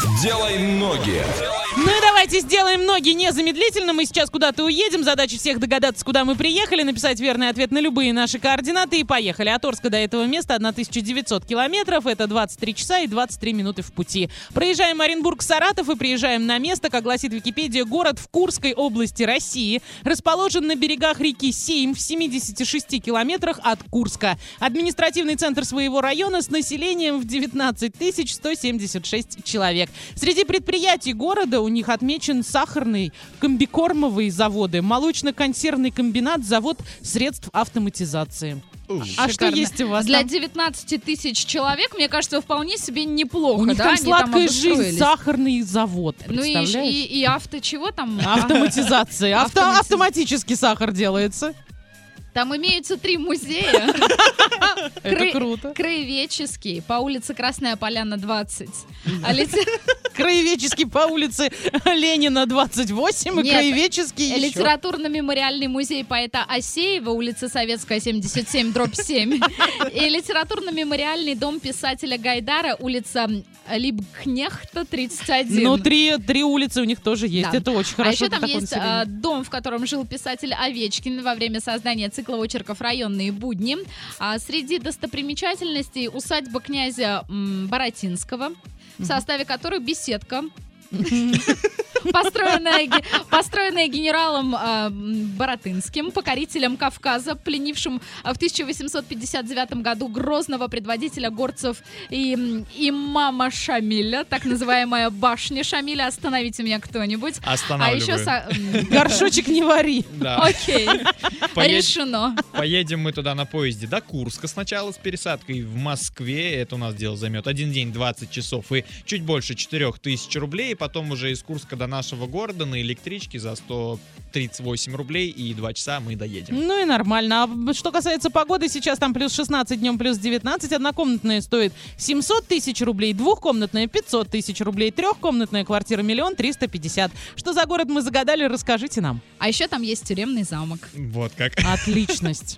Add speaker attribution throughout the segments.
Speaker 1: Делай ноги.
Speaker 2: Ну и давайте сделаем ноги незамедлительно. Мы сейчас куда-то уедем. Задача всех догадаться, куда мы приехали, написать верный ответ на любые наши координаты и поехали. От Орска до этого места 1900 километров. Это 23 часа и 23 минуты в пути. Проезжаем Оренбург-Саратов и приезжаем на место, как гласит Википедия, город в Курской области России. Расположен на берегах реки Сейм в 76 километрах от Курска. Административный центр своего района с населением в 19 176 человек. Среди предприятий города у них отмечен сахарный, комбикормовые заводы, молочно-консервный комбинат, завод средств автоматизации. А что есть у вас
Speaker 3: Для
Speaker 2: там?
Speaker 3: 19 тысяч человек, мне кажется, вполне себе неплохо.
Speaker 2: У них
Speaker 3: да?
Speaker 2: там
Speaker 3: Они
Speaker 2: сладкая жизнь,
Speaker 3: обустроились.
Speaker 2: сахарный завод,
Speaker 3: Ну
Speaker 2: представляешь?
Speaker 3: и авто чего там?
Speaker 2: Автоматизация. Автоматически сахар делается.
Speaker 3: Там имеются 3 музея.
Speaker 2: Это круто.
Speaker 3: Краеведческий по улице Красная Поляна, 20.
Speaker 2: Краеведческий по улице Ленина, 28, и
Speaker 3: Нет,
Speaker 2: краеведческий еще.
Speaker 3: Литературно-мемориальный музей поэта Асеева, улица Советская, 77, дробь 7. И литературно-мемориальный дом писателя Гайдара, улица Либкнехта, 31.
Speaker 2: Ну, три улицы у них тоже есть.
Speaker 3: Да.
Speaker 2: Это очень
Speaker 3: А
Speaker 2: хорошо.
Speaker 3: еще там
Speaker 2: для такого
Speaker 3: есть
Speaker 2: населения.
Speaker 3: дом, в котором жил писатель Овечкин во время создания цикла очерков «Районные будни». Среди достопримечательностей усадьба князя Боротинского, в составе которой беседка, построенная генералом Боротынским, покорителем Кавказа, пленившим в 1859 году грозного предводителя горцев и имама Шамиля, так называемая башня Шамиля. Остановите меня кто-нибудь.
Speaker 4: Останавливаю.
Speaker 2: Горшочек не вари.
Speaker 4: Да.
Speaker 3: Окей, решено.
Speaker 4: Поедем мы туда на поезде до Курска сначала с пересадкой в Москве. Это у нас дело займет 1 день, 20 часов и чуть больше 4000 рублей. Потом уже из Курска до нашего города на электричке за 138 рублей и 2 часа мы доедем.
Speaker 2: Ну и нормально. А что касается погоды, сейчас там плюс 16, днем плюс 19. Однокомнатная стоит 700 тысяч рублей, двухкомнатная 500 тысяч рублей, трехкомнатная квартира 1 350 000. Что за город мы загадали, расскажите нам.
Speaker 3: А еще там есть тюремный замок.
Speaker 4: Вот как.
Speaker 2: Отличность.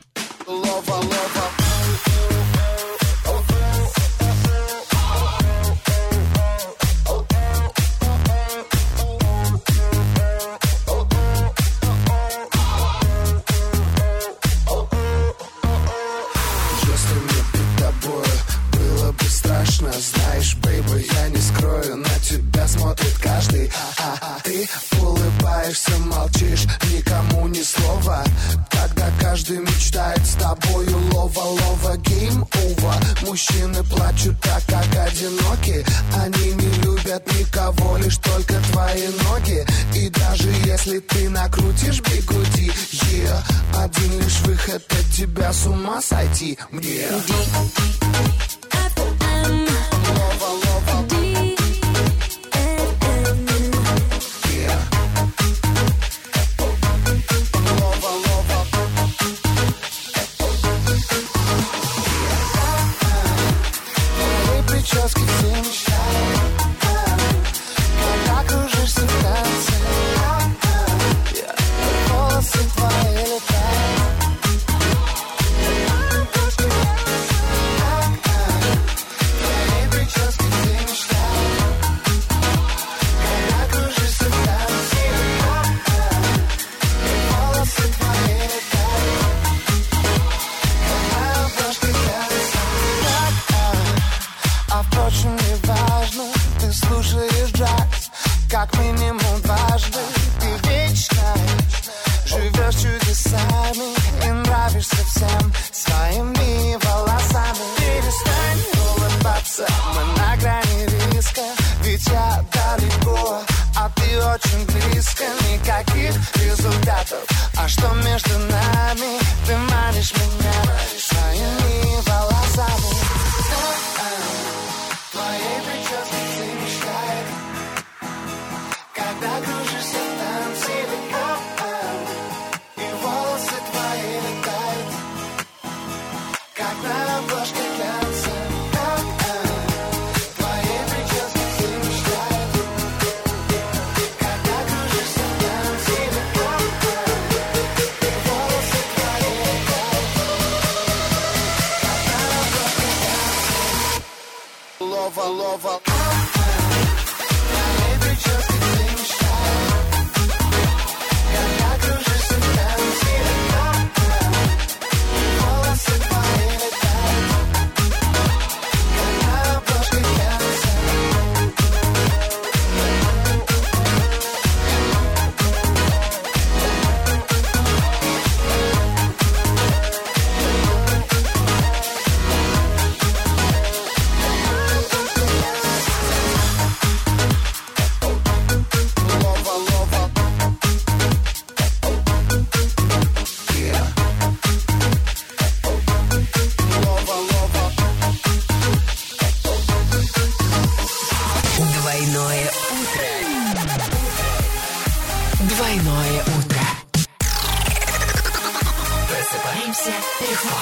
Speaker 5: Знаешь, бейби, я не скрою, на тебя смотрит каждый. Ты улыбаешься, молчишь, никому ни слова. Когда каждый мечтает с тобою лова, гейм овер. Мужчины плачут так, как одиноки. Они не любят никого, лишь только твои ноги. И даже если ты накрутишь бигуди, один лишь выход от тебя с ума сойти мне. Прически все мечтают, когда кружишься в танце, волосы твои летают. Твои прически все мечтают, когда кружишься в танце, волосы твои летают. Моя обложка танца. А впрочем, не важно, ты слушаешь джаз как минимум дважды. Ты вечно живешь чудесами и нравишься всем своими волосами. Перестань улыбаться, мы на грани риска, ведь я далеко, а ты очень близко. Никаких результатов, а что между нами? Ты манишь меня своими волосами. Твоей прически все мечтают, когда кружишься
Speaker 1: Двойное утро. Двойное утро. Просыпаемся легко.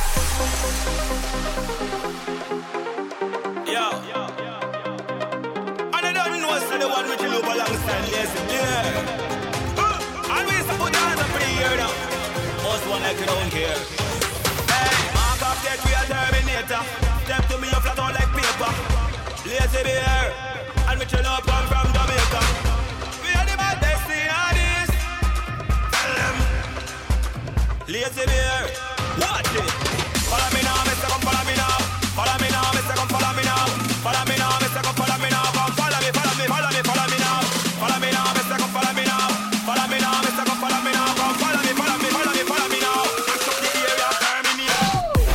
Speaker 6: The one which you look alongside, yes, yeah. And we used to put your hands up for the year now. Most one like you don't care. Hey, mark off that we are Terminator. Step to me, you flat out like paper. Lazy bear, and we chill up come from Jamaica. We are the bad destinies. Tell them. Lazy bear, watch it. Follow me now, Mr. Come follow me now. Follow me now, Mr. Come follow me now. Follow me now, Mr. Come follow me now. Come follow me, follow me, follow me, follow me now. Follow me now, Mr. Come follow me now. Follow me now, Mr. Come follow me now. Come follow me, follow me, follow me, follow me now. Act up the area, turn me near.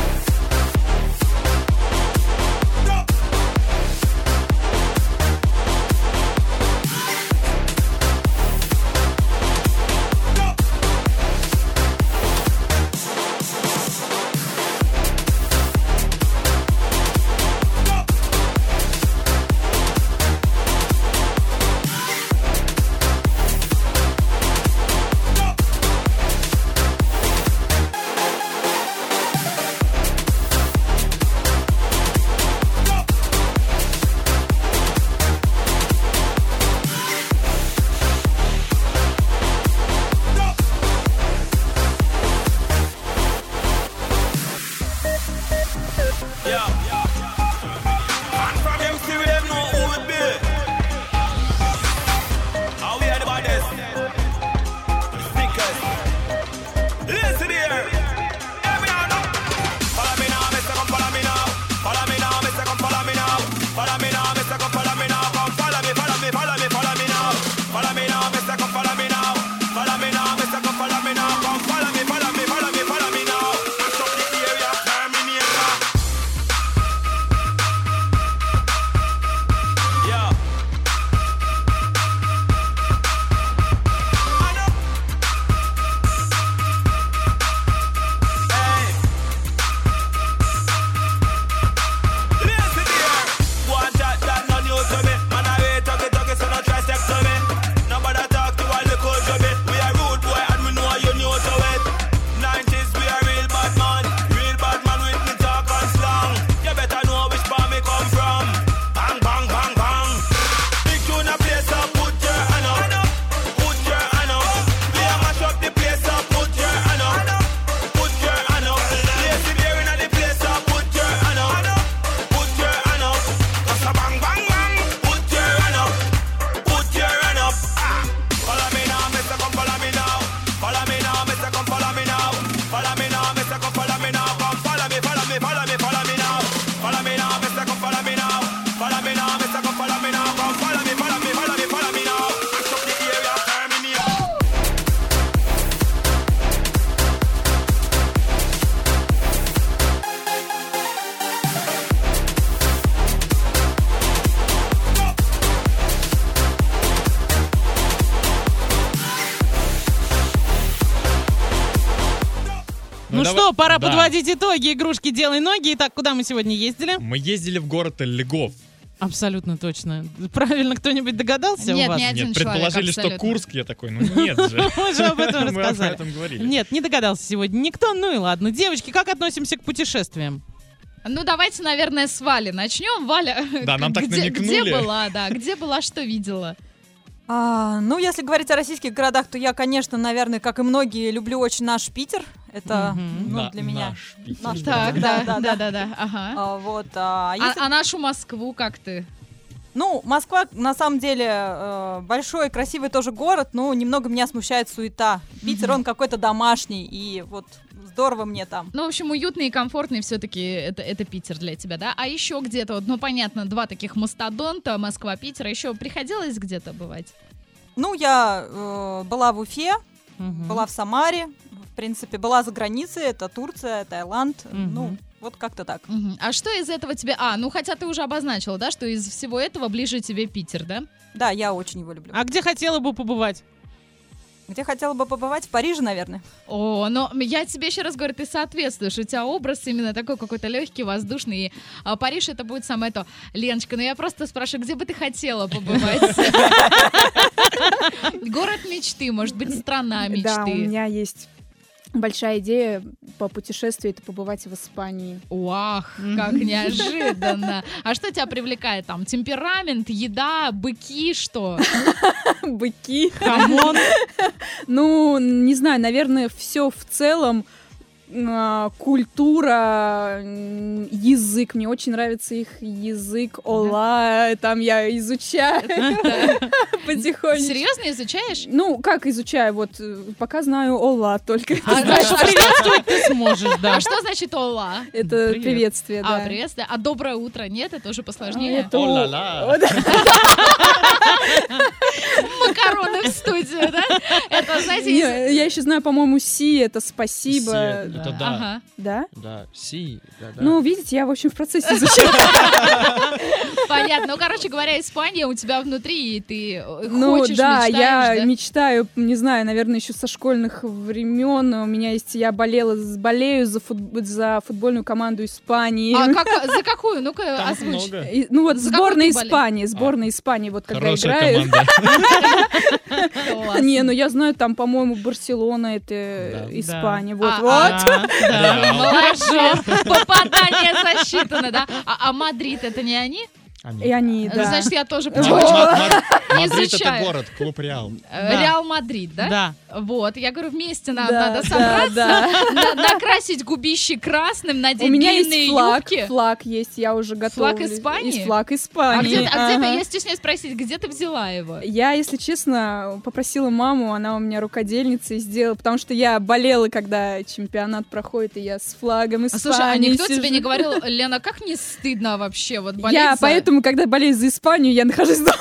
Speaker 2: Ну что, пора подводить итоги игрушки «Делай ноги». Итак, куда мы сегодня ездили?
Speaker 4: Мы ездили в город Льгов.
Speaker 2: Абсолютно точно. Правильно, кто-нибудь догадался
Speaker 3: Нет,
Speaker 2: у вас?
Speaker 3: ни один
Speaker 4: Нет,
Speaker 3: человек
Speaker 4: предположили, что
Speaker 3: абсолютно.
Speaker 4: Курск. Я такой, ну нет же.
Speaker 2: Мы же об этом
Speaker 4: Мы об
Speaker 2: рассказали.
Speaker 4: этом говорили.
Speaker 2: Нет, не догадался сегодня никто. Ну и ладно. Девочки, как относимся к путешествиям?
Speaker 3: Ну, давайте, наверное, с Вали начнем. Валя,
Speaker 4: Да, нам так
Speaker 3: где
Speaker 4: намекнули.
Speaker 3: была, да, где была, что видела?
Speaker 7: Ну, если говорить о российских городах, то я, конечно, наверное, как и многие, люблю очень наш Питер. Это, ну, для меня.
Speaker 4: Наш Питер.
Speaker 7: Наш
Speaker 3: Так,
Speaker 7: Питер,
Speaker 3: да, ага.
Speaker 7: Вот, если-
Speaker 3: А нашу Москву как ты?
Speaker 7: Ну, Москва, на самом деле, большой, красивый тоже город, но немного меня смущает суета. Питер, он какой-то домашний, и вот здорово мне там.
Speaker 3: Ну, в общем, уютный и комфортный все-таки это Питер для тебя, да? А еще где-то, вот, ну, понятно, два таких мастодонта, Москва-Питер, а еще приходилось где-то бывать?
Speaker 7: Ну, я была в Уфе, была в Самаре, в принципе, была за границей, это Турция, Таиланд, ну, вот как-то так.
Speaker 3: А что из этого тебе... ну, хотя ты уже обозначила, да, что из всего этого ближе тебе Питер, да?
Speaker 7: Да, я очень его люблю.
Speaker 2: А где хотела бы побывать?
Speaker 7: Где хотела бы побывать? В Париже, наверное.
Speaker 3: О, но я тебе еще раз говорю, ты соответствуешь. У тебя образ именно такой какой-то легкий, воздушный. И Париж это будет самое то. Леночка, ну я просто спрашиваю, где бы ты хотела побывать? Город мечты, может быть, страна мечты.
Speaker 8: Да, у меня есть большая идея по путешествию, это побывать в Испании.
Speaker 3: Уах, как неожиданно. А что тебя привлекает там? Темперамент, еда, быки, что?
Speaker 8: Быки.
Speaker 2: Камон.
Speaker 8: Ну, не знаю, наверное, все в целом. Культура, язык. Мне очень нравится их язык. Ола, там я изучаю потихоньку.
Speaker 3: Серьезно изучаешь?
Speaker 8: Ну, как изучаю? Вот пока знаю ола только.
Speaker 2: Приветствовать ты сможешь, да.
Speaker 3: А что значит ола?
Speaker 8: Это
Speaker 2: Привет.
Speaker 8: приветствие, да.
Speaker 3: Приветствие. А доброе утро нет? Это уже посложнее.
Speaker 8: Это
Speaker 4: О-ла-ла.
Speaker 3: Макароны в студию, да? Это, знаете,
Speaker 8: Не, я еще знаю, по-моему, си, это спасибо.
Speaker 4: Си, это да.
Speaker 3: Ага.
Speaker 8: Да?
Speaker 4: Да, си, да.
Speaker 8: Ну, видите, я, в общем, в процессе изучаю.
Speaker 3: Понятно. Ну, короче говоря, Испания у тебя внутри, и ты
Speaker 8: Ну,
Speaker 3: хочешь,
Speaker 8: да,
Speaker 3: мечтаешь,
Speaker 8: я
Speaker 3: да?
Speaker 8: мечтаю, не знаю, наверное, еще со школьных времен. У меня есть, я болею за футбольную команду Испании.
Speaker 3: А за какую? Ну-ка,
Speaker 4: Там
Speaker 3: озвучь.
Speaker 4: много.
Speaker 8: Ну вот
Speaker 3: За
Speaker 8: сборная
Speaker 3: какую ты
Speaker 8: Испании, сборная Испании, вот когда
Speaker 4: Хорошая
Speaker 8: играют.
Speaker 4: команда.
Speaker 3: Класс.
Speaker 8: Не, ну я знаю, там, по-моему, Барселона это
Speaker 4: Да.
Speaker 8: Испания.
Speaker 3: А,
Speaker 8: Вот.
Speaker 2: Да, да.
Speaker 3: Молодец. Попадание засчитано, да? А Мадрид это не они?
Speaker 8: И они,
Speaker 3: Ну,
Speaker 8: да.
Speaker 3: значит, я тоже
Speaker 4: Мадрид
Speaker 3: потихонечку
Speaker 4: Мадрид это
Speaker 3: изучаю.
Speaker 4: город, клуб Реал.
Speaker 3: Реал Мадрид, да?
Speaker 2: Да.
Speaker 3: Вот, я говорю, вместе нам
Speaker 8: Да,
Speaker 3: надо
Speaker 8: да,
Speaker 3: собраться,
Speaker 8: да.
Speaker 3: накрасить губищи красным,
Speaker 8: У
Speaker 3: надеть
Speaker 8: меня
Speaker 3: длинные
Speaker 8: есть флаг,
Speaker 3: юбки.
Speaker 8: флаг есть, я уже готова.
Speaker 3: Флаг Испании?
Speaker 8: Есть флаг
Speaker 3: А
Speaker 8: Испании.
Speaker 3: где ты,
Speaker 8: ага.
Speaker 3: я стесняюсь спросить, где ты взяла его?
Speaker 8: Я, если честно, попросила маму, она у меня рукодельница и сделала, потому что я болела, когда чемпионат проходит, и я с флагом Испании
Speaker 3: Слушай, а никто
Speaker 8: сижу.
Speaker 3: тебе не говорил, Лена, как не стыдно вообще вот болеть
Speaker 8: Я
Speaker 3: за-
Speaker 8: поэтому, когда болею за Испанию, я нахожусь дома.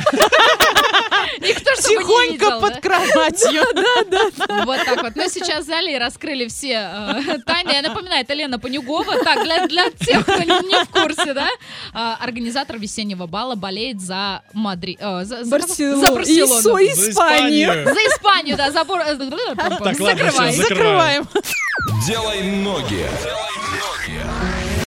Speaker 3: Никто чтобы не
Speaker 2: Тихонько
Speaker 3: видел,
Speaker 2: под
Speaker 3: да?
Speaker 2: кроватью.
Speaker 3: Вот так вот. Мы сейчас взяли и раскрыли все тайны. Я напоминаю, это Лена Панюгова. Так, для тех, кто не в курсе, да, организатор весеннего бала болеет за Мадрид. За
Speaker 8: Барселону.
Speaker 3: За Барселону.
Speaker 8: И Испанию.
Speaker 3: За Испанию, да, за
Speaker 4: Так, ладно,
Speaker 3: закрывай.
Speaker 4: всё,
Speaker 2: Закрываем.
Speaker 9: Делай ноги.